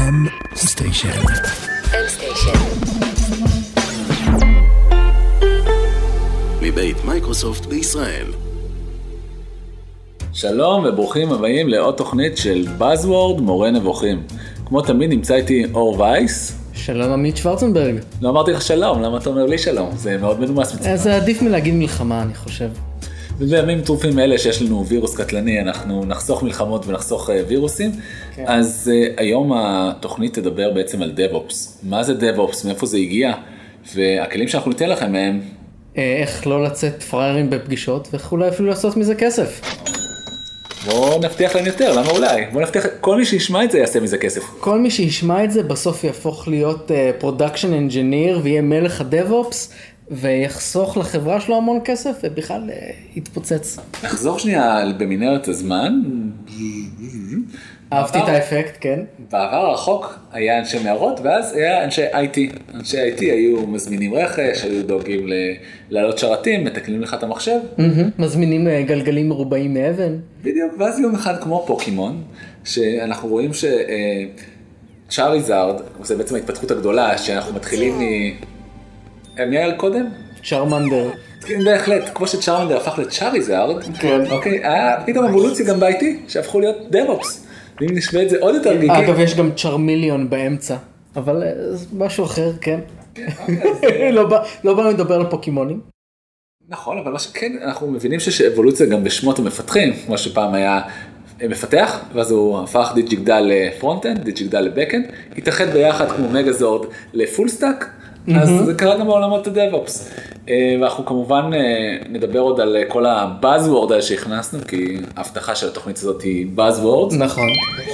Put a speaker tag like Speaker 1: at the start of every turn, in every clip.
Speaker 1: סטיישן. מבית מייקרוסופט בישראל.
Speaker 2: שלום וברוכים הבאים לעוד תוכנית של Buzzword מורה נבוכים. כמו תמיד נמצא איתי אור וייס.
Speaker 3: שלום עמית שוורצנברג.
Speaker 2: לא אמרתי לך שלום, למה אתה אומר לי שלום? זה מאוד מנומס מצוין.
Speaker 3: זה עדיף מלהגיד מלחמה, אני חושב.
Speaker 2: ובימים טרופים אלה שיש לנו וירוס קטלני, אנחנו נחסוך מלחמות ונחסוך וירוסים. כן. אז היום התוכנית תדבר בעצם על DevOps. מה זה DevOps? מאיפה זה הגיע? והכלים שאנחנו ניתן לכם מהם...
Speaker 3: איך לא לצאת פריירים בפגישות, ואיך אולי אפילו לעשות מזה כסף.
Speaker 2: בואו נבטיח להם יותר, למה אולי? בואו נבטיח, כל מי שישמע את זה יעשה מזה כסף.
Speaker 3: כל מי שישמע את זה בסוף יהפוך להיות Production Engineer ויהיה מלך ה-DevOps, ויחסוך לחברה שלו המון כסף, ובכלל יתפוצץ.
Speaker 2: נחזור שנייה במנהרת הזמן.
Speaker 3: אהבתי את האפקט, כן.
Speaker 2: בעבר הרחוק היה אנשי מערות, ואז היה אנשי IT. אנשי IT היו מזמינים רכש, היו דואגים לעלות שרתים, מתקנים לך את המחשב.
Speaker 3: מזמינים גלגלים מרובעים מאבן.
Speaker 2: בדיוק, ואז יום אחד כמו פוקימון, שאנחנו רואים שצ'אריזארד, זה בעצם ההתפתחות הגדולה, שאנחנו מתחילים מי היה קודם?
Speaker 3: צ'רמנדר.
Speaker 2: בהחלט, כמו שצ'רמנדר הפך לצ'אריזארד, אוקיי, היה פתאום אבולוציה גם ב-IT, שהפכו להיות DevOps. ואם נשווה את זה עוד יותר גיקי...
Speaker 3: אגב, יש גם צ'רמיליון באמצע, אבל משהו אחר, כן. לא באנו לדבר על פוקימונים.
Speaker 2: נכון, אבל מה שכן, אנחנו מבינים שיש אבולוציה גם בשמות המפתחים, כמו שפעם היה מפתח, ואז הוא הפך דיג'יגדל לפרונט-אנד, דיג'יגדל לבק-אנד, התאחד ביחד כמו מגזורד לפול סטאק, אז זה קרה גם בעולמות ה-DevOps. ואנחנו כמובן נדבר עוד על כל ה-Buzzword האלה שהכנסנו, כי ההבטחה של התוכנית הזאת היא Buzzwords.
Speaker 3: נכון.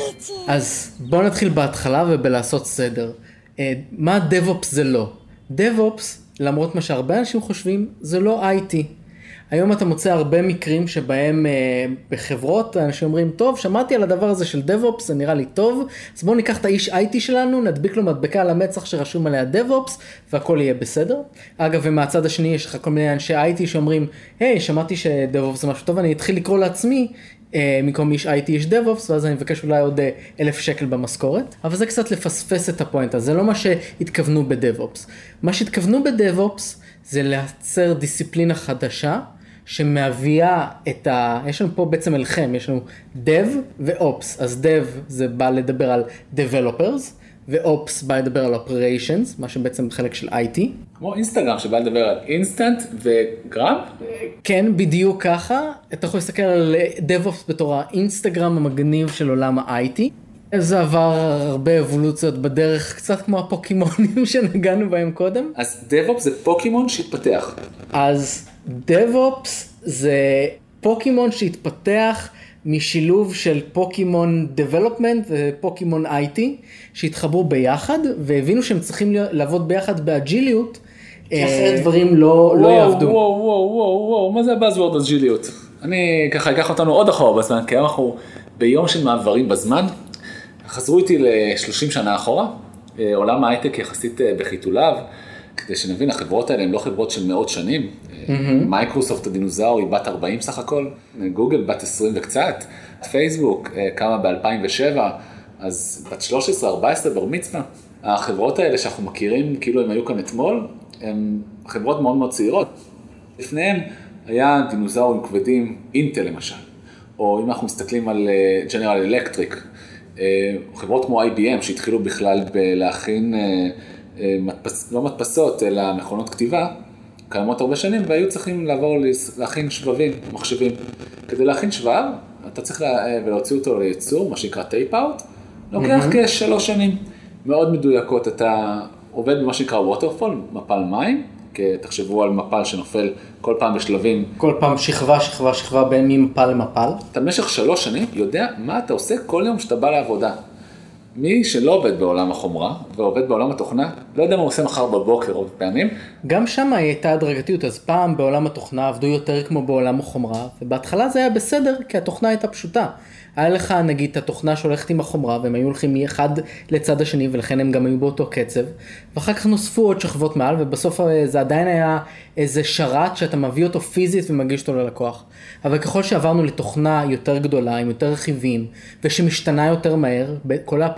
Speaker 3: אז בואו נתחיל בהתחלה ובלעשות סדר. מה DevOps זה לא? DevOps, למרות מה שהרבה אנשים חושבים, זה לא IT. היום אתה מוצא הרבה מקרים שבהם בחברות אנשים אומרים, טוב, שמעתי על הדבר הזה של DevOps, זה נראה לי טוב, אז בואו ניקח את האיש IT שלנו, נדביק לו מדבקה על המצח שרשום עליה DevOps, והכל יהיה בסדר. אגב, ומהצד השני יש לך כל מיני אנשי IT שאומרים, היי, שמעתי ש-DevOps זה משהו טוב, אני אתחיל לקרוא לעצמי, במקום איש IT יש DevOps, ואז אני מבקש אולי עוד 1,000 שקל במשכורת, אבל זה קצת לפספס את הפואנטה, זה לא מה שהתכוונו ב-DevOps. מה שהתכוונו ב-DevOps זה לייצר דיסציפלינה חדשה, שמביאה את יש לנו פה בעצם אליכם, יש לנו Dev ו-Ops, אז Dev זה בא לדבר על Developers, ו-Ops בא לדבר על Operations, מה שבעצם חלק של IT.
Speaker 2: כמו אינסטגרם שבא לדבר על אינסטנט וגרם?
Speaker 3: כן, בדיוק ככה, אתה יכול להסתכל על DevOps בתור האינסטגרם המגניב של עולם ה-IT. זה עבר הרבה אבולוציות בדרך, קצת כמו הפוקימונים שנגענו בהם קודם.
Speaker 2: אז DevOps זה פוקימון שהתפתח.
Speaker 3: אז DevOps זה פוקימון שהתפתח משילוב של פוקימון Development ופוקימון IT שהתחברו ביחד והבינו שהם צריכים לעבוד ביחד באג'יליות כי אחרי דברים לא יעבדו.
Speaker 2: וואו, מה זה הבאזוורד אג'יליות? אני ככה אקח אותנו עוד אחורה בזמן, כי אנחנו ביום של מעברים בזמן, חזרו איתי ל-30 שנה אחורה, עולם ההייטק יחסית בחיתוליו, כדי שנבין, החברות האלה הן לא חברות של מאות שנים. מייקרוסופט הדינוזאור היא בת 40 סך הכל, גוגל בת 20 וקצת, פייסבוק קמה ב-2007, אז בת 13-14 בר מצווה. החברות האלה שאנחנו מכירים, כאילו הם היו כאן אתמול, הן חברות מאוד מאוד צעירות. לפניהם היה דינוזאורים כבדים, אינטל למשל, או אם אנחנו מסתכלים על ג'נרל אלקטריק, חברות כמו IBM שהתחילו בכלל בלהכין לא מדפסות, אלא מכונות כתיבה, קיימות הרבה שנים, והיו צריכים לעבור להכין שבבים, מחשבים. כדי להכין שבב, אתה צריך להוציא אותו לייצור, מה שנקרא טייפ-אוט, לוקח כ3 שנים. מאוד מדויקות, אתה עובד במה שנקרא ווטרפול, מפל מים, כי תחשבו על מפל שנופל כל פעם בשלבים.
Speaker 3: כל פעם שכבה בין ממפל למפל.
Speaker 2: אתה במשך 3 שנים יודע מה אתה עושה כל יום שאתה בא לעבודה. מי שלא עובד בעולם החומרה ועובד בעולם התוכנה, לא יודע מה הוא עושה מחר בבוקר רוב פעמים.
Speaker 3: גם שם הייתה הדרגתיות, אז פעם בעולם התוכנה עבדו יותר כמו בעולם החומרה, ובהתחלה זה היה בסדר, כי התוכנה הייתה פשוטה. היה לך נגיד את התוכנה שהולכת עם החומרה, והם היו הולכים מאחד לצד השני, ולכן הם גם היו באותו קצב, ואחר כך נוספו עוד שכבות מעל, ובסוף זה עדיין היה איזה שרת שאתה מביא אותו פיזית ומגיש אותו ללקוח. אבל ככל שעברנו לתוכנה יותר גדולה, עם יותר רכיבים, ושמשתנה יותר מהר, כל האפליקציה,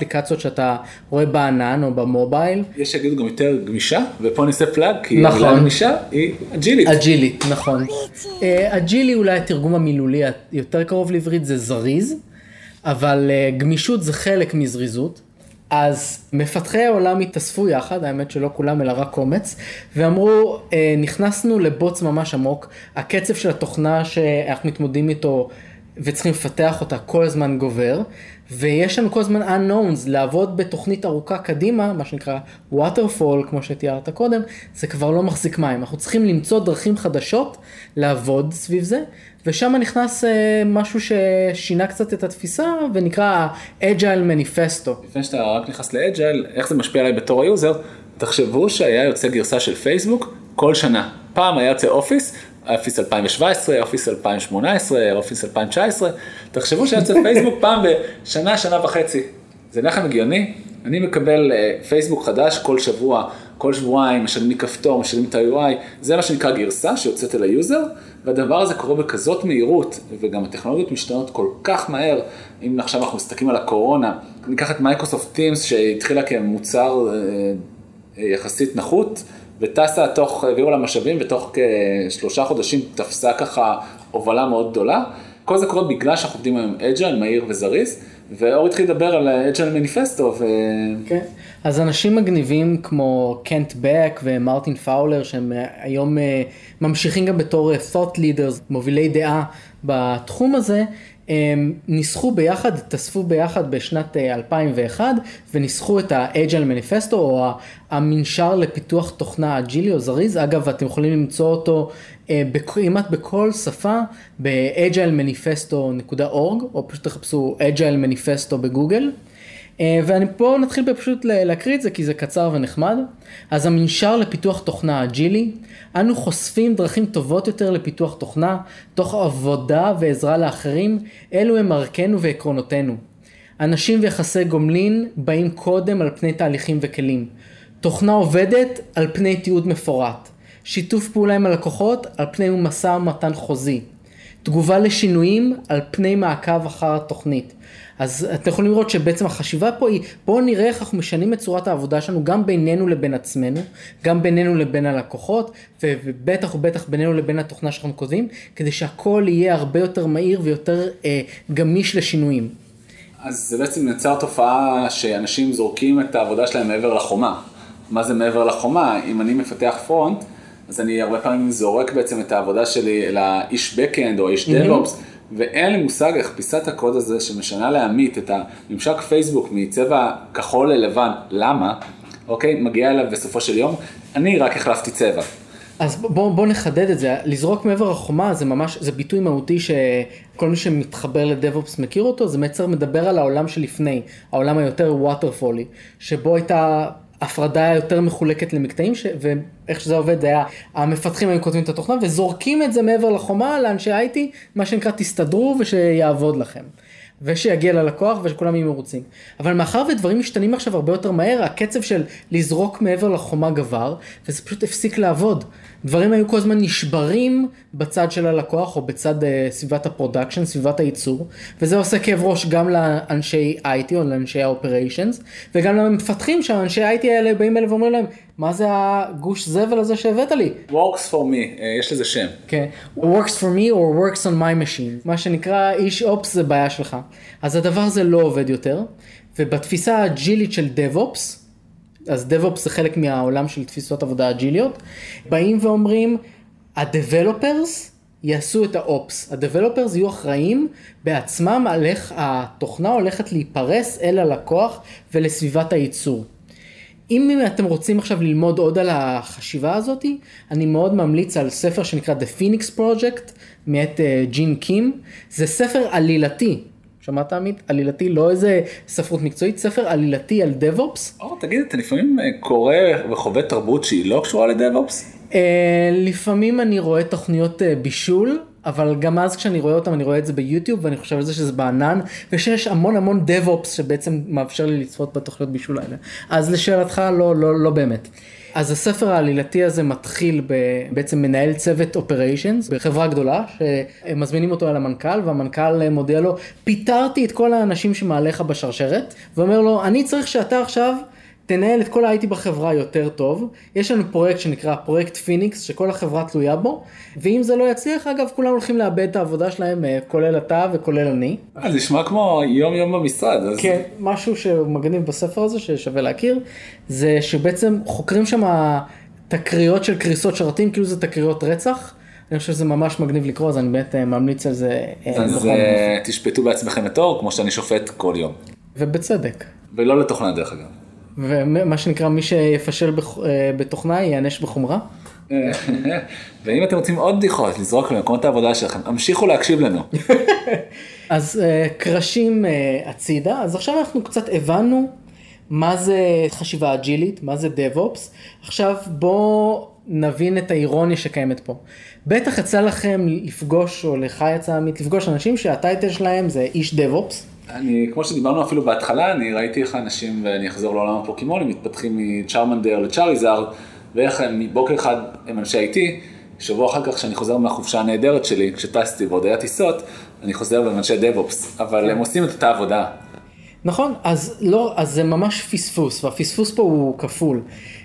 Speaker 3: האפליקציות שאתה רואה בענן או במובייל.
Speaker 2: יש שיגידו גם יותר גמישה, ופה נעשה פלאג, כי
Speaker 3: נכון.
Speaker 2: המילה גמישה היא אג'ילית.
Speaker 3: אג'ילית, נכון. אג'ילי אולי התרגום המילולי יותר קרוב לעברית זה זריז, אבל גמישות זה חלק מזריזות. אז מפתחי העולם התאספו יחד, האמת שלא כולם אלא רק קומץ, ואמרו, נכנסנו לבוץ ממש עמוק, הקצב של התוכנה שאנחנו מתמודדים איתו וצריכים לפתח אותה כל הזמן גובר, ויש לנו כל הזמן unknowns, לעבוד בתוכנית ארוכה קדימה, מה שנקרא waterfall, כמו שתיארת קודם, זה כבר לא מחזיק מים, אנחנו צריכים למצוא דרכים חדשות לעבוד סביב זה, ושם נכנס משהו ששינה קצת את התפיסה, ונקרא Agile Manifesto.
Speaker 2: לפני שאתה רק נכנס ל-Agile, איך זה משפיע עליי בתור היוזר, תחשבו שהיה יוצא גרסה של פייסבוק כל שנה. פעם היה יוצא אופיס, אופיס 2017, אופיס 2018, אופיס 2019, תחשבו שהיה יוצא פייסבוק פעם בשנה, שנה וחצי. זה לכם הגיוני? אני מקבל פייסבוק חדש כל שבוע, כל שבועיים, משלמים לי כפתור, משלמים את ה-UI, זה מה שנקרא גרסה שיוצאת אל היוזר, והדבר הזה קורה בכזאת מהירות, וגם הטכנולוגיות משתנות כל כך מהר, אם עכשיו אנחנו מסתכלים על הקורונה, ניקח את מייקרוסופט טימס שהתחילה כמוצר יחסית נחות, וטסה העבירו לה משאבים, ותוך כ3 חודשים תפסה ככה הובלה מאוד גדולה. כל זה קורה בגלל שאנחנו עובדים היום אג'ייל, מהיר וזריז, ואור התחיל לדבר על אג'ייל מניפסטו.
Speaker 3: כן, אז אנשים מגניבים כמו קנט בק ומרטין פאולר, שהם היום ממשיכים גם בתור thought leaders, מובילי דעה בתחום הזה, הם ניסחו ביחד, תאספו ביחד בשנת 2001, וניסחו את ה-Agile Manifesto, או המנשר לפיתוח תוכנה אג'ילי או זריז. אגב, אתם יכולים למצוא אותו כמעט בכל שפה, ב-agilemanifesto.org, או פשוט תחפשו Agile Manifesto בגוגל. ופה נתחיל פשוט להקריא את זה, כי זה קצר ונחמד. אז המנשר לפיתוח תוכנה אג'ילי, אנו חושפים דרכים טובות יותר לפיתוח תוכנה, תוך עבודה ועזרה לאחרים, אלו הם ערכנו ועקרונותינו. אנשים ויחסי גומלין באים קודם על פני תהליכים וכלים. תוכנה עובדת על פני תיעוד מפורט. שיתוף פעולה עם הלקוחות על פני משא ומתן חוזי. תגובה לשינויים על פני מעקב אחר התוכנית. אז אתם יכולים לראות שבעצם החשיבה פה היא, בואו נראה איך אנחנו משנים את צורת העבודה שלנו, גם בינינו לבין עצמנו, גם בינינו לבין הלקוחות, ובטח ובטח בינינו לבין התוכנה שאנחנו כותבים, כדי שהכל יהיה הרבה יותר מהיר ויותר גמיש לשינויים.
Speaker 2: אז זה בעצם נוצר תופעה שאנשים זורקים את העבודה שלהם מעבר לחומה. מה זה מעבר לחומה? אם אני מפתח פרונט, אז אני הרבה פעמים זורק בעצם את העבודה שלי לאיש בקאנד או איש דב-אופס, ואין לי מושג איך פיסת הקוד הזה שמשנה להעמיד את הממשק פייסבוק מצבע כחול ללבן, למה? אוקיי, מגיע אליו בסופו של יום, אני רק החלפתי צבע.
Speaker 3: אז בוא נחדד את זה, לזרוק מעבר החומה זה ממש, זה ביטוי מהותי שכל מי שמתחבר לדב-אופס מכיר אותו, זה מדבר על העולם שלפני, העולם היותר ווטרפולי, שבו הייתה הפרדה יותר מחולקת למקטעים, ואיך שזה עובד, זה היה, המפתחים היו כותבים את התוכנה, וזורקים את זה מעבר לחומה לאנשי IT, מה שנקרא תסתדרו ושיעבוד לכם. ושיגיע ללקוח ושכולם יהיו מרוצים. אבל מאחר ודברים משתנים עכשיו הרבה יותר מהר, הקצב של לזרוק מעבר לחומה גבר, וזה פשוט הפסיק לעבוד. דברים היו כל הזמן נשברים בצד של הלקוח, או בצד סביבת הפרודקשן, סביבת הייצור, וזה עושה כאב ראש גם לאנשי IT או לאנשי האופריישנס, וגם למפתחים שהאנשי IT האלה באים אלה ואומרים להם, מה זה הגוש זבל הזה שהבאת לי?
Speaker 2: Works for me, יש לזה שם.
Speaker 3: כן, works for me or works on my machine. מה שנקרא איש אופס זה בעיה שלך. אז הדבר הזה לא עובד יותר, ובתפיסה האג'ילית של DevOps, אז DevOps זה חלק מהעולם של תפיסות עבודה אג'יליות, באים ואומרים, ה-Developers יעשו את ה-Ops. ה-Developers יהיו אחראים בעצמם על איך התוכנה הולכת להיפרס אל הלקוח ולסביבת הייצור. אם אתם רוצים עכשיו ללמוד עוד על החשיבה הזאת, אני מאוד ממליץ על ספר שנקרא The Phoenix Project, מאת ג'ין קים. זה ספר עלילתי. שמעת עמית? עלילתי, לא איזה ספרות מקצועית, ספר עלילתי על DevOps.
Speaker 2: תגיד, אתה לפעמים קורא וחווה תרבות שהיא לא קשורה ל-DevOps?
Speaker 3: לפעמים אני רואה תוכניות בישול, אבל גם אז כשאני רואה אותם, אני רואה את זה ביוטיוב, ואני חושב על זה שזה בענן, ושיש המון המון DevOps שבעצם מאפשר לי לצפות בתוכניות בישול האלה. אז לשאלתך, לא באמת. אז הספר העלילתי הזה מתחיל בעצם מנהל צוות אופריישנס בחברה גדולה, שמזמינים אותו על המנכ"ל, והמנכ"ל מודיע לו, פיטרתי את כל האנשים שמעליך בשרשרת, ואומר לו, אני צריך שאתה עכשיו תנהל את כל ה-IT בחברה יותר טוב. יש לנו פרויקט שנקרא פרויקט פיניקס, שכל החברה תלויה בו, ואם זה לא יצליח, אגב, כולם הולכים לאבד את העבודה שלהם, כולל אתה וכולל אני.
Speaker 2: זה נשמע כמו יום במשרד.
Speaker 3: כן, משהו שמגניב בספר הזה, ששווה להכיר, זה שבעצם חוקרים שם תקריות של קריסות שרתים, כאילו זה תקריות רצח. אני חושב שזה ממש מגניב לקרוא, אז אני באמת ממליץ על זה.
Speaker 2: אז תשפטו בעצמכם את אור, כמו שאני שופט כל יום.
Speaker 3: ובצדק.
Speaker 2: ולא לתוכנה דרך אגב.
Speaker 3: ומה שנקרא, מי שיפשל בתוכנה יענש בחומרה.
Speaker 2: ואם אתם רוצים עוד בדיחות, לזרוק למקומות העבודה שלכם, המשיכו להקשיב לנו.
Speaker 3: אז קרשים הצידה, אז עכשיו אנחנו קצת הבנו מה זה חשיבה אג'ילית, מה זה DevOps. עכשיו בואו נבין את האירוניה שקיימת פה. בטח יצא לכם לפגוש, או לך יצא עמית, לפגוש אנשים שהטייטל שלהם זה איש DevOps.
Speaker 2: כמו שדיברנו אפילו בהתחלה, אני ראיתי איך האנשים, ואני אחזור לעולם הפוקימונים, מתפתחים מצ'ארמנדר לצ'אריזארד, ואיך הם מבוקר אחד הם אנשי IT, שבוע אחר כך שאני חוזר מהחופשה הנהדרת שלי, כשטסתי ועוד היה טיסות, אני חוזר והם אנשי DevOps, אבל הם עושים את אותה עבודה.
Speaker 3: נכון, אז זה ממש פספוס, והפספוס פה הוא כפול.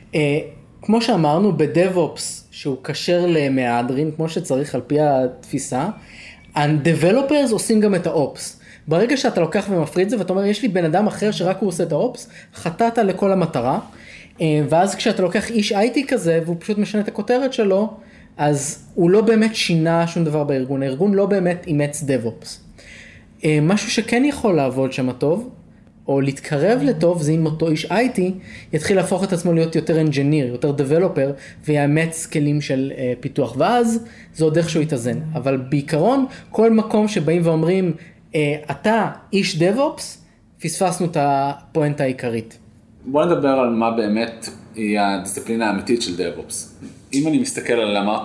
Speaker 3: כמו שאמרנו, ב-DevOps, שהוא קשר למהדרין, כמו שצריך על פי התפיסה, ה-Developers עושים גם את ה-Ops. ברגע שאתה לוקח ומפריד זה, ואתה אומר, יש לי בן אדם אחר שרק הוא עושה את האופס, חטאת לכל המטרה, ואז כשאתה לוקח איש IT כזה, והוא פשוט משנה את הכותרת שלו, אז הוא לא באמת שינה שום דבר בארגון, הארגון לא באמת אימץ DevOps. משהו שכן יכול לעבוד שם טוב, או להתקרב לטוב, זה אם אותו איש IT יתחיל להפוך את עצמו להיות יותר engineer, יותר developer, ויאמץ כלים של פיתוח, ואז זה עוד איכשהו יתאזן. אבל בעיקרון, כל מקום שבאים ואומרים, אתה איש DevOps, פספסנו את הפואנטה העיקרית.
Speaker 2: בוא נדבר על מה באמת היא הדיסציפלינה האמיתית של DevOps. אם אני מסתכל על אמרת,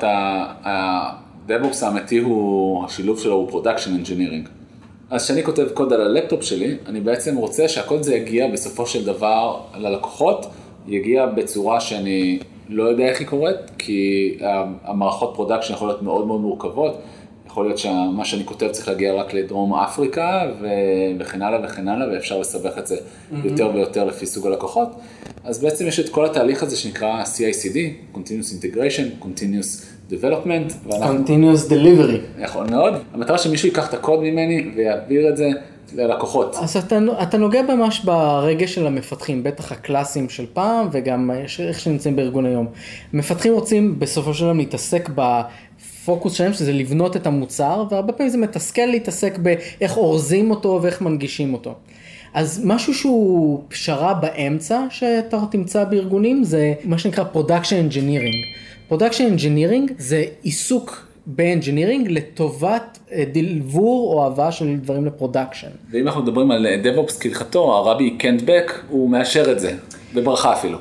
Speaker 2: ה-DevOps האמיתי הוא, השילוב שלו הוא Production Engineering. אז כשאני כותב קוד על הלפטופ שלי, אני בעצם רוצה שהקוד זה יגיע בסופו של דבר ללקוחות, יגיע בצורה שאני לא יודע איך היא קורית, כי המערכות פרודקשן יכולות להיות מאוד מאוד מורכבות, יכול להיות שמה שאני כותב צריך להגיע רק לדרום אפריקה וכן הלאה וכן הלאה, ואפשר לסבך את זה יותר ויותר לפי סוג הלקוחות. אז בעצם יש את כל התהליך הזה שנקרא CI/CD, Continuous Integration, Continuous Development.
Speaker 3: Continuous Delivery.
Speaker 2: נכון מאוד. המטרה שמישהו ייקח את הקוד ממני ויעביר את זה ללקוחות.
Speaker 3: אז אתה נוגע ממש ברגש של המפתחים, בטח הקלאסים של פעם וגם איך שנמצאים בארגון היום. המפתחים רוצים בסופו של דבר להתעסק פוקוס שלהם, שזה לבנות את המוצר, והרבה פעמים זה מתסכל להתעסק באיך אורזים אותו ואיך מנגישים אותו. אז משהו שהוא פשרה באמצע שאתה תמצא בארגונים, זה מה שנקרא Production Engineering. Production Engineering זה עיסוק ב-Engineering לטובת דלבור או הבאה של דברים לפרודקשן.
Speaker 2: ואם אנחנו מדברים על DevOps כהלכתו, הרבי קנט בק, הוא מאשר את זה, בברכה אפילו.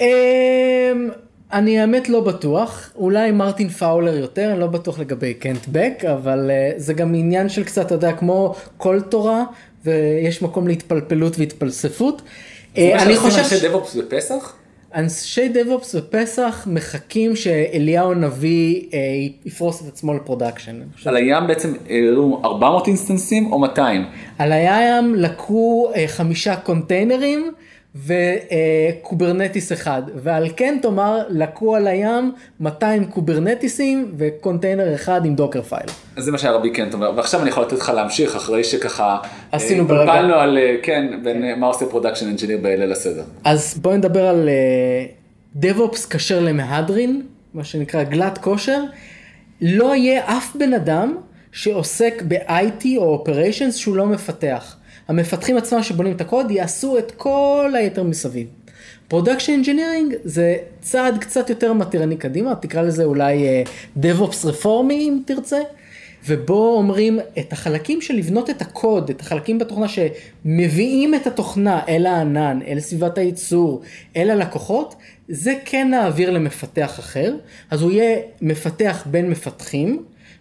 Speaker 3: אני האמת לא בטוח, אולי מרטין פאולר יותר, אני לא בטוח לגבי קנט בק, אבל זה גם עניין של קצת, אתה יודע, כמו כל תורה, ויש מקום להתפלפלות והתפלספות.
Speaker 2: אני חושב אנשי DevOps בפסח?
Speaker 3: אנשי DevOps בפסח מחכים שאליהו הנביא יפרוס את עצמו לפרודקשן.
Speaker 2: על הים בעצם הראו 400 אינסטנסים או 200?
Speaker 3: על הים לקחו 5 קונטיינרים, וקוברנטיס אחד, ועל כן תאמר, לקחו על הים 200 קוברנטיסים וקונטיינר אחד עם דוקר פייל.
Speaker 2: אז זה מה שהרבי קנט אומר, ועכשיו אני יכול לתת לך להמשיך אחרי שככה
Speaker 3: עשינו
Speaker 2: פלפלנו על, כן, בין מה עושה פרודקשן אנג'יניר בליל הסדר.
Speaker 3: אז בואו נדבר על DevOps קשר למהדרין, מה שנקרא גלת כושר. לא יהיה אף בן אדם שעוסק ב-IT או Operations שהוא לא מפתח. המפתחים עצמם שבונים את הקוד יעשו את כל היתר מסביב. Production Engineering זה צעד קצת יותר מתירני קדימה, תקרא לזה אולי DevOps רפורמי אם תרצה, ובו אומרים את החלקים של לבנות את הקוד, את החלקים בתוכנה שמביאים את התוכנה אל הענן, אל סביבת הייצור, אל הלקוחות, זה כן נעביר למפתח אחר, אז הוא יהיה מפתח בין מפתחים,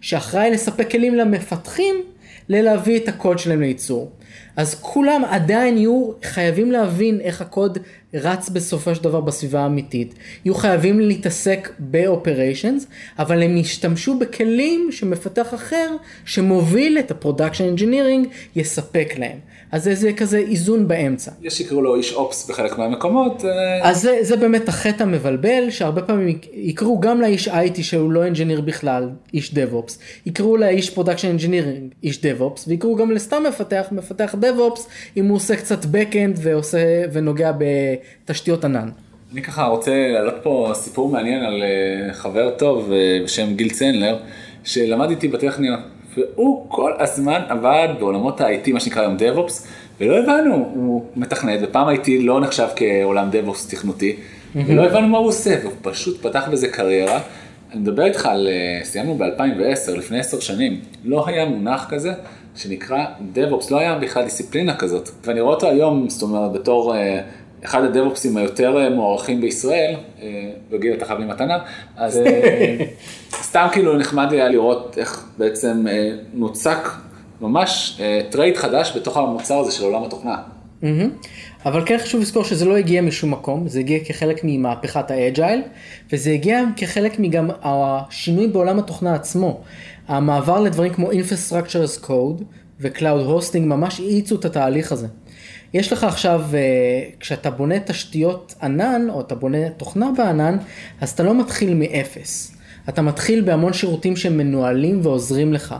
Speaker 3: שאחראי לספק כלים למפתחים ללהביא את הקוד שלהם לייצור. אז כולם עדיין יהיו חייבים להבין איך הקוד רץ בסופו של דבר בסביבה האמיתית. יהיו חייבים להתעסק ב-operations, אבל הם ישתמשו בכלים שמפתח אחר שמוביל את ה-production engineering יספק להם. אז זה כזה איזון באמצע.
Speaker 2: יש שיקראו לו איש אופס בחלק מהמקומות.
Speaker 3: אז זה באמת החטא המבלבל, שהרבה פעמים יקראו גם לאיש IT שהוא לא אנג'יניר בכלל, איש DevOps. יקראו לאיש Production Engineering, איש DevOps, ויקראו גם לסתם מפתח DevOps, אם הוא עושה קצת Backend ונוגע בתשתיות ענן.
Speaker 2: אני ככה רוצה להעלות פה סיפור מעניין על חבר טוב בשם גיל צנלר, שלמד איתי בטכניון. והוא כל הזמן עבד בעולמות ה-IT, מה שנקרא היום DevOps, ולא הבנו, הוא מתכנת, ופעם IT לא נחשב כעולם DevOps תכנותי, ולא הבנו מה הוא עושה, והוא פשוט פתח בזה קריירה. אני מדבר איתך על, סיימנו ב-2010, לפני 10 שנים, לא היה מונח כזה שנקרא DevOps, לא היה בכלל דיסציפלינה כזאת, ואני רואה אותו היום, זאת אומרת, בתור אחד הדאב-אופסים היותר מוערכים בישראל, וגיל אתה חייב לי מתנה, אז סתם כאילו נחמד היה לראות איך בעצם נוצק ממש טרייד חדש בתוך המוצר הזה של עולם התוכנה.
Speaker 3: אבל כן חשוב לזכור שזה לא הגיע משום מקום, זה הגיע כחלק ממהפכת האג'ייל, וזה הגיע כחלק מגם השינוי בעולם התוכנה עצמו. המעבר לדברים כמו Infrastructure as Code ו-Cloud Hosting ממש האיצו את התהליך הזה. יש לך עכשיו, כשאתה בונה תשתיות ענן, או אתה בונה תוכנה בענן, אז אתה לא מתחיל מאפס. אתה מתחיל בהמון שירותים שהם מנוהלים ועוזרים לך.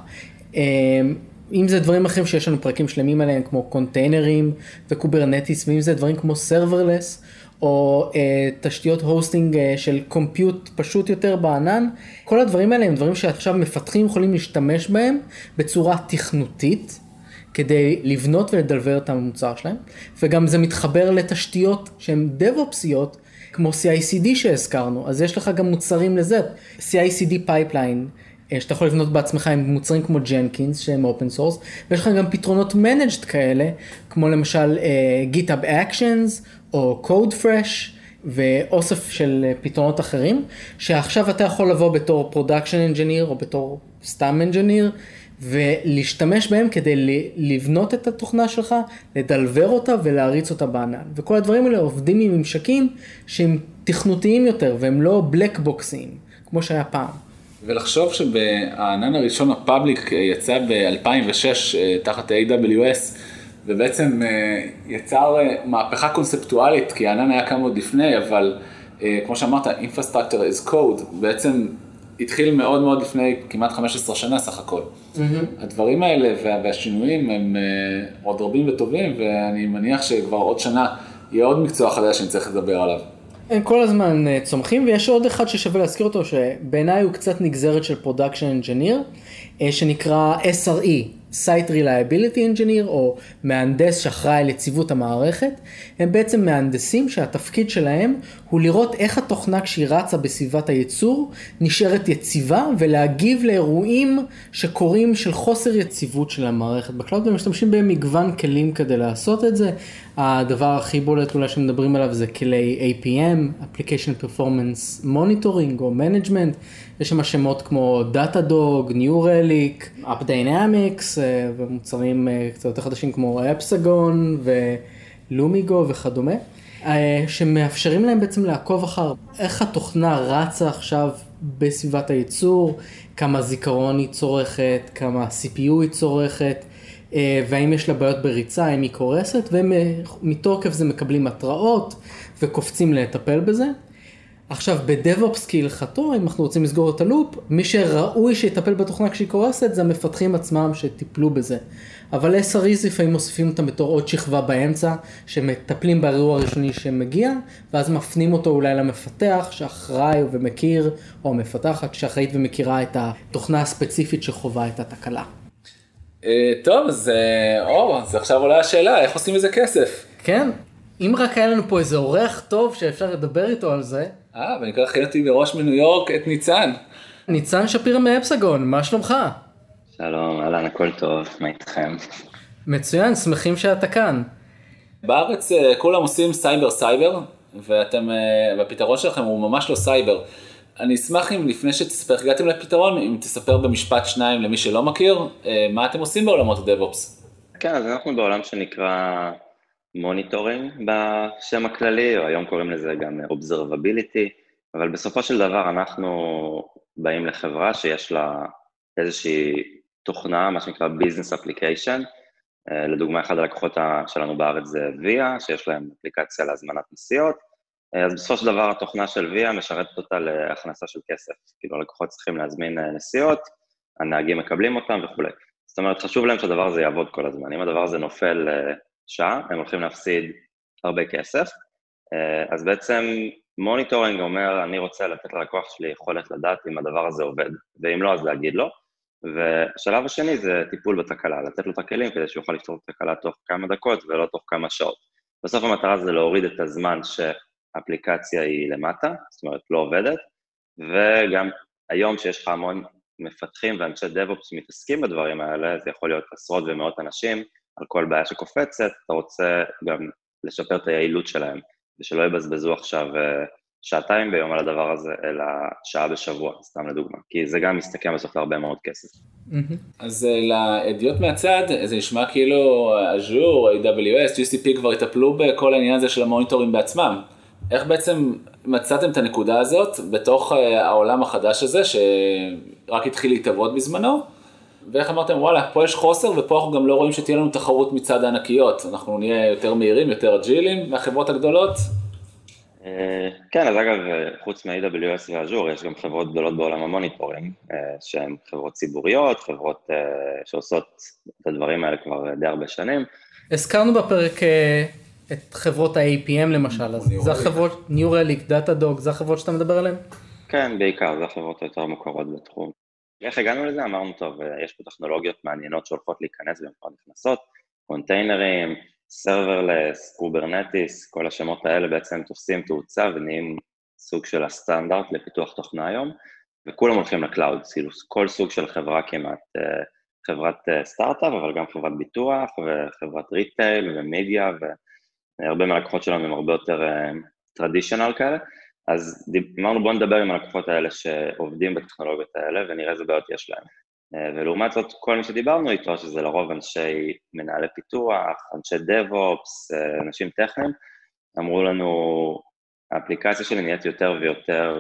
Speaker 3: אם זה דברים אחרים שיש לנו פרקים שלמים עליהם, כמו קונטיינרים וקוברנטיס, ואם זה דברים כמו סרברלס, או תשתיות הוסטינג של קומפיוט פשוט יותר בענן, כל הדברים האלה הם דברים שעכשיו מפתחים יכולים להשתמש בהם בצורה תכנותית, כדי לבנות ולדלבר את המוצר שלהם, וגם זה מתחבר לתשתיות שהן DevOpsיות, כמו CI/CD שהזכרנו, אז יש לך גם מוצרים לזה, CI/CD pipeline, שאתה יכול לבנות בעצמך עם מוצרים כמו Jenkins, שהם open source, ויש לך גם פתרונות managed כאלה, כמו למשל GitHub Actions, או CodeFresh, ואוסף של פתרונות אחרים, שעכשיו אתה יכול לבוא בתור Production Engineer, או בתור סתם Engineer, ולהשתמש בהם כדי לבנות את התוכנה שלך, לדלבר אותה ולהריץ אותה בענן. וכל הדברים האלה עובדים עם ממשקים שהם תכנותיים יותר, והם לא בלק בוקסים, כמו שהיה פעם.
Speaker 2: ולחשוב שבענן הראשון הפאבליק יצא ב-2006 תחת AWS, ובעצם יצר מהפכה קונספטואלית, כי הענן היה כמה עוד לפני, אבל כמו שאמרת, Infrastructure as Code, בעצם התחיל מאוד מאוד לפני כמעט 15 שנה סך הכל. הדברים האלה והשינויים הם עוד רבים וטובים, ואני מניח שכבר עוד שנה יהיה עוד מקצוע חדש שאני צריך לדבר עליו.
Speaker 3: הם כל הזמן צומחים, ויש עוד אחד ששווה להזכיר אותו, שבעיניי הוא קצת נגזרת של Production Engineer, שנקרא SRE, Site Reliability Engineer, או מהנדס שאחראי לציבות המערכת. הם בעצם מהנדסים שהתפקיד שלהם הוא לראות איך התוכנה כשהיא רצה בסביבת הייצור נשארת יציבה, ולהגיב לאירועים שקורים של חוסר יציבות של המערכת. בקלאוד הם משתמשים במגוון כלים כדי לעשות את זה. הדבר הכי בולט אולי שמדברים עליו זה כלי APM, Application Performance Monitoring או Management. יש שם שמות כמו Datadog, New Relic, AppDynamics, ומוצרים קצת יותר חדשים כמו Epsagon ולומיגו וכדומה, שמאפשרים להם בעצם לעקוב אחר איך התוכנה רצה עכשיו בסביבת הייצור, כמה זיכרון היא צורכת, כמה CPU היא צורכת, והאם יש לה בעיות בריצה, האם היא קורסת, ומתוקף זה מקבלים התראות וקופצים לטפל בזה. עכשיו, ב-DevOps כהלכתו, אם אנחנו רוצים לסגור את הלופ, מי שראוי שיטפל בתוכנה כשהיא קורסת, זה המפתחים עצמם שטיפלו בזה. אבל SREs לפעמים מוסיפים אותם בתור עוד שכבה באמצע, שמטפלים באירוע הראשוני שמגיע, ואז מפנים אותו אולי למפתח שאחראי ומכיר, או המפתחת שאחראית ומכירה את התוכנה הספציפית שחובה את התקלה.
Speaker 2: טוב, אז עכשיו עולה השאלה, איך עושים איזה כסף?
Speaker 3: כן, אם רק היה לנו פה איזה אורח טוב שאפשר לדבר איתו על זה.
Speaker 2: ואני כבר חייתי בראש מניו יורק את ניצן.
Speaker 3: ניצן שפירא מאפסגון, מה שלומך?
Speaker 4: שלום, אהלן, הכל טוב, מה איתכם?
Speaker 3: מצוין, שמחים שאתה כאן.
Speaker 2: בארץ כולם עושים סייבר, והפתרון שלכם הוא ממש לא סייבר. אני אשמח אם לפני שתספר, הגעתם לפתרון, אם תספר במשפט שניים למי שלא מכיר, מה אתם עושים בעולמות ה-DevOps?
Speaker 4: כן, אז אנחנו בעולם שנקרא מוניטורינג בשם הכללי, או היום קוראים לזה גם Observability, אבל בסופו של דבר אנחנו באים לחברה שיש לה איזושהי תוכנה, מה שנקרא Business Application, לדוגמה אחד הלקוחות שלנו בארץ זה ויה, שיש להם אפליקציה להזמנת נסיעות, אז בסופו של דבר התוכנה של ויה משרתת אותה להכנסה של כסף, כאילו הלקוחות צריכים להזמין נסיעות, הנהגים מקבלים אותם וכו'. זאת אומרת, חשוב להם שהדבר הזה יעבוד כל הזמן. אם הדבר הזה נופל שעה, הם הולכים להפסיד הרבה כסף. אז בעצם מוניטורינג אומר, אני רוצה לתת ללקוח שלי יכולת לדעת אם הדבר הזה עובד, ואם לא, אז להגיד לו. והשלב השני זה טיפול בתקלה, לתת לו את הכלים כדי שהוא יכול לפתור את התקלה תוך כמה דקות ולא תוך כמה שעות. בסוף המטרה זה להוריד את הזמן שהאפליקציה היא למטה, זאת אומרת, לא עובדת, וגם היום שיש לך המון מפתחים ואנשי DevOps מתעסקים בדברים האלה, זה יכול להיות עשרות ומאות אנשים, על כל בעיה שקופצת, אתה רוצה גם לשפר את היעילות שלהם, ושלא יבזבזו עכשיו שעתיים ביום על הדבר הזה, אלא שעה בשבוע, סתם לדוגמה, כי זה גם מסתכם בסוף להרבה מאוד כסף.
Speaker 2: אז לעדיות מהצד, זה נשמע כאילו Azure, AWS, GCP כבר יטפלו בכל העניין הזה של המוניטורים בעצמם. איך בעצם מצאתם את הנקודה הזאת בתוך העולם החדש הזה, שרק התחיל להתעבוד בזמנו, ואיך אמרתם, וואלה, פה יש חוסר, ופה אנחנו גם לא רואים שתהיה לנו תחרות מצד הענקיות, אנחנו נהיה יותר מהירים, יותר אג'ילים מהחברות הגדולות?
Speaker 4: כן, אז אגב, חוץ מה-AWS ו-Azure, יש גם חברות גדולות בעולם המוניטורינג, שהן חברות ציבוריות, חברות שעושות את הדברים האלה כבר די הרבה שנים.
Speaker 3: הזכרנו בפרק את חברות ה-APM למשל, אז זה החברות New Relic, Datadog, זה החברות שאתה מדבר עליהן?
Speaker 4: כן, בעיקר, זה החברות היותר מוכרות בתחום. איך הגענו לזה? אמרנו, טוב, יש פה טכנולוגיות מעניינות שהולכות להיכנס והן כבר נכנסות, קונטיינרים, סרברלס, קוברנטיס, כל השמות האלה בעצם תופסים תאוצה ונהיים סוג של הסטנדרט לפיתוח תוכנה היום, וכולם הולכים לקלאוד, כאילו כל סוג של חברה כמעט, חברת סטארט-אפ, אבל גם חברת ביטוח וחברת ריטייל ומדיה, והרבה מהלקוחות שלנו הם הרבה יותר טרדישיונל כאלה, אז אמרנו בואו נדבר עם הלקוחות האלה שעובדים בטכנולוגיות האלה ונראה איזה בעיות יש להם. ולעומת זאת, כל מי שדיברנו איתו, שזה לרוב אנשי מנהלי פיתוח, אנשי DevOps, אנשים טכניים, אמרו לנו, האפליקציה שלי נהיית יותר ויותר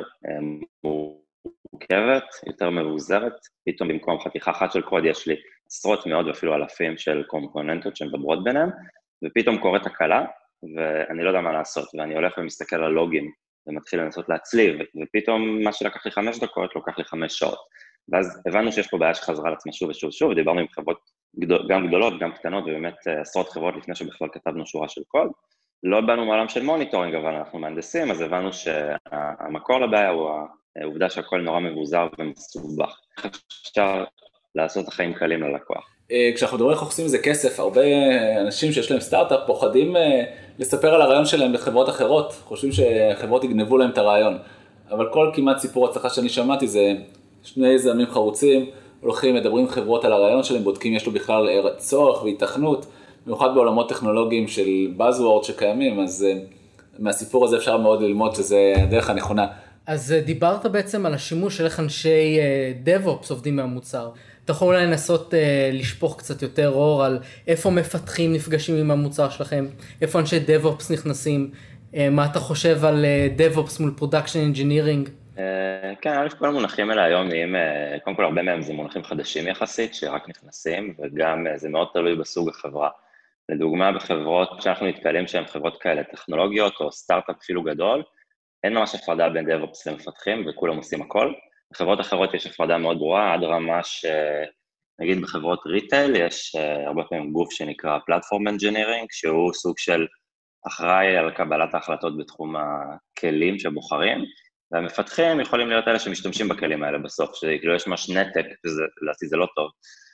Speaker 4: מורכבת, יותר מבוזרת, פתאום במקום חתיכה אחת של קוד יש לי עשרות מאות ואפילו אלפים של קומפוננטות שמדברות ביניהם, ופתאום קורית תקלה, ואני לא יודע מה לעשות, ואני הולך ומסתכל על לוגים, ומתחיל לנסות להצליב, ופתאום מה שלקח לי 5 דקות, לוקח לי 5 שעות. ואז הבנו שיש פה בעיה שחזרה לעצמה שוב ושוב ושוב, ודיברנו עם חברות גם גדולות, גם קטנות, ובאמת עשרות חברות לפני שבכלל כתבנו שורה של קוד. לא באנו מעולם של מוניטורינג, אבל אנחנו מהנדסים, אז הבנו שהמקור לבעיה הוא העובדה שהכל נורא מבוזר ומסובך. אפשר לעשות את החיים קלים ללקוח.
Speaker 2: כשאנחנו מדברים איך עושים איזה כסף, הרבה אנשים שיש להם סטארט-אפ פוחדים לספר על הרעיון שלהם לחברות אחרות, חושבים שחברות יגנבו להם את הרעיון. אבל כל כמעט סיפור הצלחה שאני שמעתי זה שני יזמים חרוצים, הולכים, מדברים עם חברות על הרעיון שלהם, בודקים יש לו בכלל צורך והתכנות, במיוחד בעולמות טכנולוגיים של Buzzword שקיימים, אז מהסיפור הזה אפשר מאוד ללמוד שזה הדרך הנכונה.
Speaker 3: אז דיברת בעצם על השימוש של איך אנשי DevOps עובדים מהמוצר. אתה יכול אולי לנסות לשפוך קצת יותר אור על איפה מפתחים נפגשים עם המוצר שלכם, איפה אנשי DevOps נכנסים, מה אתה חושב על DevOps מול Production Engineering?
Speaker 4: כן, כל המונחים האלה היום נהיים, קודם כל הרבה מהם זה מונחים חדשים יחסית, שרק נכנסים, וגם זה מאוד תלוי בסוג החברה. לדוגמה, בחברות שאנחנו נתקלים שהן חברות כאלה, טכנולוגיות או סטארט-אפ אפילו גדול, אין ממש הפרדה בין DevOps למפתחים, וכולם עושים הכל. בחברות אחרות יש הפרדה מאוד ברורה, עד רמה שנגיד בחברות ריטייל, יש הרבה פעמים גוף שנקרא Platform Engineering, שהוא סוג של אחראי על קבלת ההחלטות בתחום הכלים שבוחרים, והמפתחים יכולים להיות אלה שמשתמשים בכלים האלה בסוף, שכאילו יש ממש נתק, ולעתיד זה לא טוב.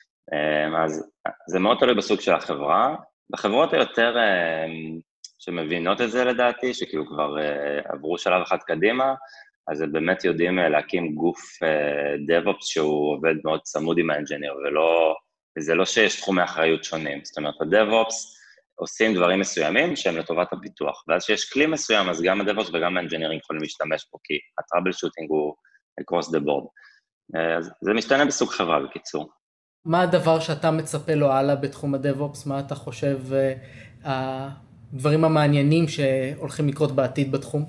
Speaker 4: אז זה מאוד תלוי בסוג של החברה. בחברות היותר שמבינות את זה לדעתי, שכאילו כבר עברו שלב אחד קדימה, אז הם באמת יודעים להקים גוף DevOps שהוא עובד מאוד צמוד עם האנג'יניר, וזה לא שיש תחומי אחריות שונים. זאת אומרת, ה-DevOps עושים דברים מסוימים שהם לטובת הפיתוח, ואז שיש כלי מסוים, אז גם ה-DevOps וגם האנג'ינירים יכולים להשתמש בו, כי הטראבל שוטינג הוא across the board. אז זה משתנה בסוג חברה בקיצור.
Speaker 3: מה הדבר שאתה מצפה לו הלאה בתחום הדב-אופס? מה אתה חושב הדברים המעניינים שהולכים לקרות בעתיד בתחום?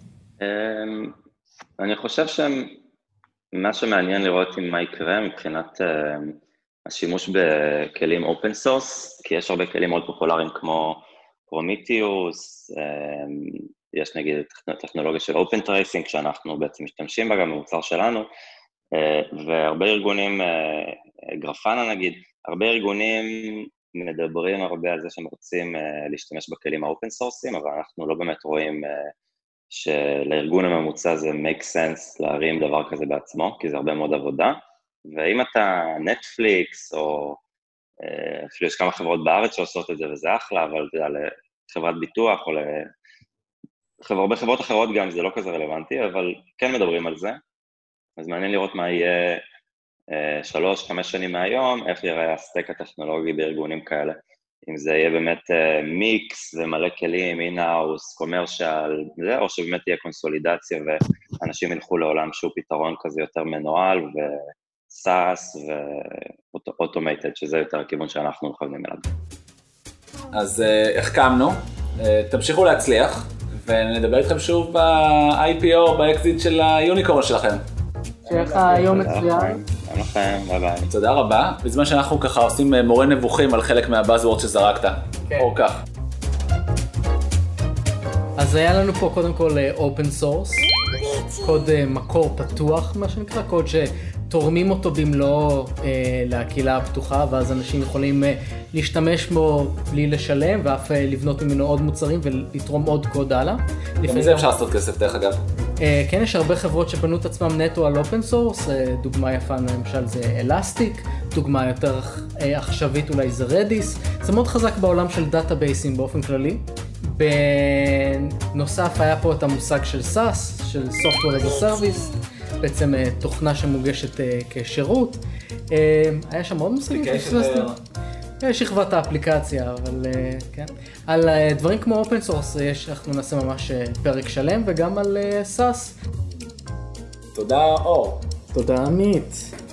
Speaker 4: אני חושב שמה שמעניין לראות עם מה יקרה מבחינת השימוש בכלים אופן סורס, כי יש הרבה כלים מאוד פופולריים כמו פרומיתיוס, יש נגיד טכנולוגיה של אופן טרייסינג שאנחנו בעצם משתמשים בה גם במוצר שלנו, והרבה ארגונים, גרפנה נגיד, הרבה ארגונים מדברים הרבה על זה שהם רוצים להשתמש בכלים האופן סורסים, אבל אנחנו לא באמת רואים שלארגון הממוצע זה make sense להרים דבר כזה בעצמו, כי זה הרבה מאוד עבודה, ואם אתה נטפליקס או אפילו יש כמה חברות בארץ שעושות את זה וזה אחלה, אבל אתה יודע, לחברת ביטוח או הרבה חברות אחרות גם זה לא כזה רלוונטי, אבל כן מדברים על זה, אז מעניין לראות מה יהיה 3-5 שנים מהיום, איך יראה הסטק הטכנולוגי בארגונים כאלה, אם זה יהיה באמת מיקס ומלא כלים, אין-האוס, קומרשל, או שבאמת תהיה קונסולידציה ואנשים ילכו לעולם שהוא פתרון כזה יותר מנוהל וסאס ואוטומייטד, שזה יותר הכיוון שאנחנו מכוונים אליו.
Speaker 2: אז החכמנו, תמשיכו להצליח, ונדבר איתכם שוב ב-IPO, באקזיט של היוניקורן שלכם.
Speaker 3: שיהיה לך יום מצוין.
Speaker 4: גם לכם, ביי ביי.
Speaker 2: תודה רבה, בזמן שאנחנו ככה עושים מורה נבוכים על חלק מהבאזוורד שזרקת, או כך.
Speaker 3: אז היה לנו פה קודם כל אופן סורס, קוד מקור פתוח, מה שנקרא, קוד שתורמים אותו במלואו לקהילה הפתוחה, ואז אנשים יכולים להשתמש בו בלי לשלם, ואף לבנות ממנו עוד מוצרים ולתרום עוד קוד הלאה.
Speaker 2: גם מזה אפשר לעשות כסף, דרך אגב.
Speaker 3: כן, יש הרבה חברות שבנו את עצמם נטו על אופן סורס, דוגמה יפה למשל זה אלסטיק, דוגמה יותר עכשווית אולי זה רדיס, זה מאוד חזק בעולם של דאטאבייסים באופן כללי. בנוסף היה פה את המושג של SaaS, של Software as a Service, בעצם תוכנה שמוגשת כשירות. היה שם עוד מושגים? שכבת האפליקציה, אבל כן. על דברים כמו אופן סורס אנחנו נעשה ממש פרק שלם, וגם על SaaS.
Speaker 2: תודה אור.
Speaker 3: תודה עמית.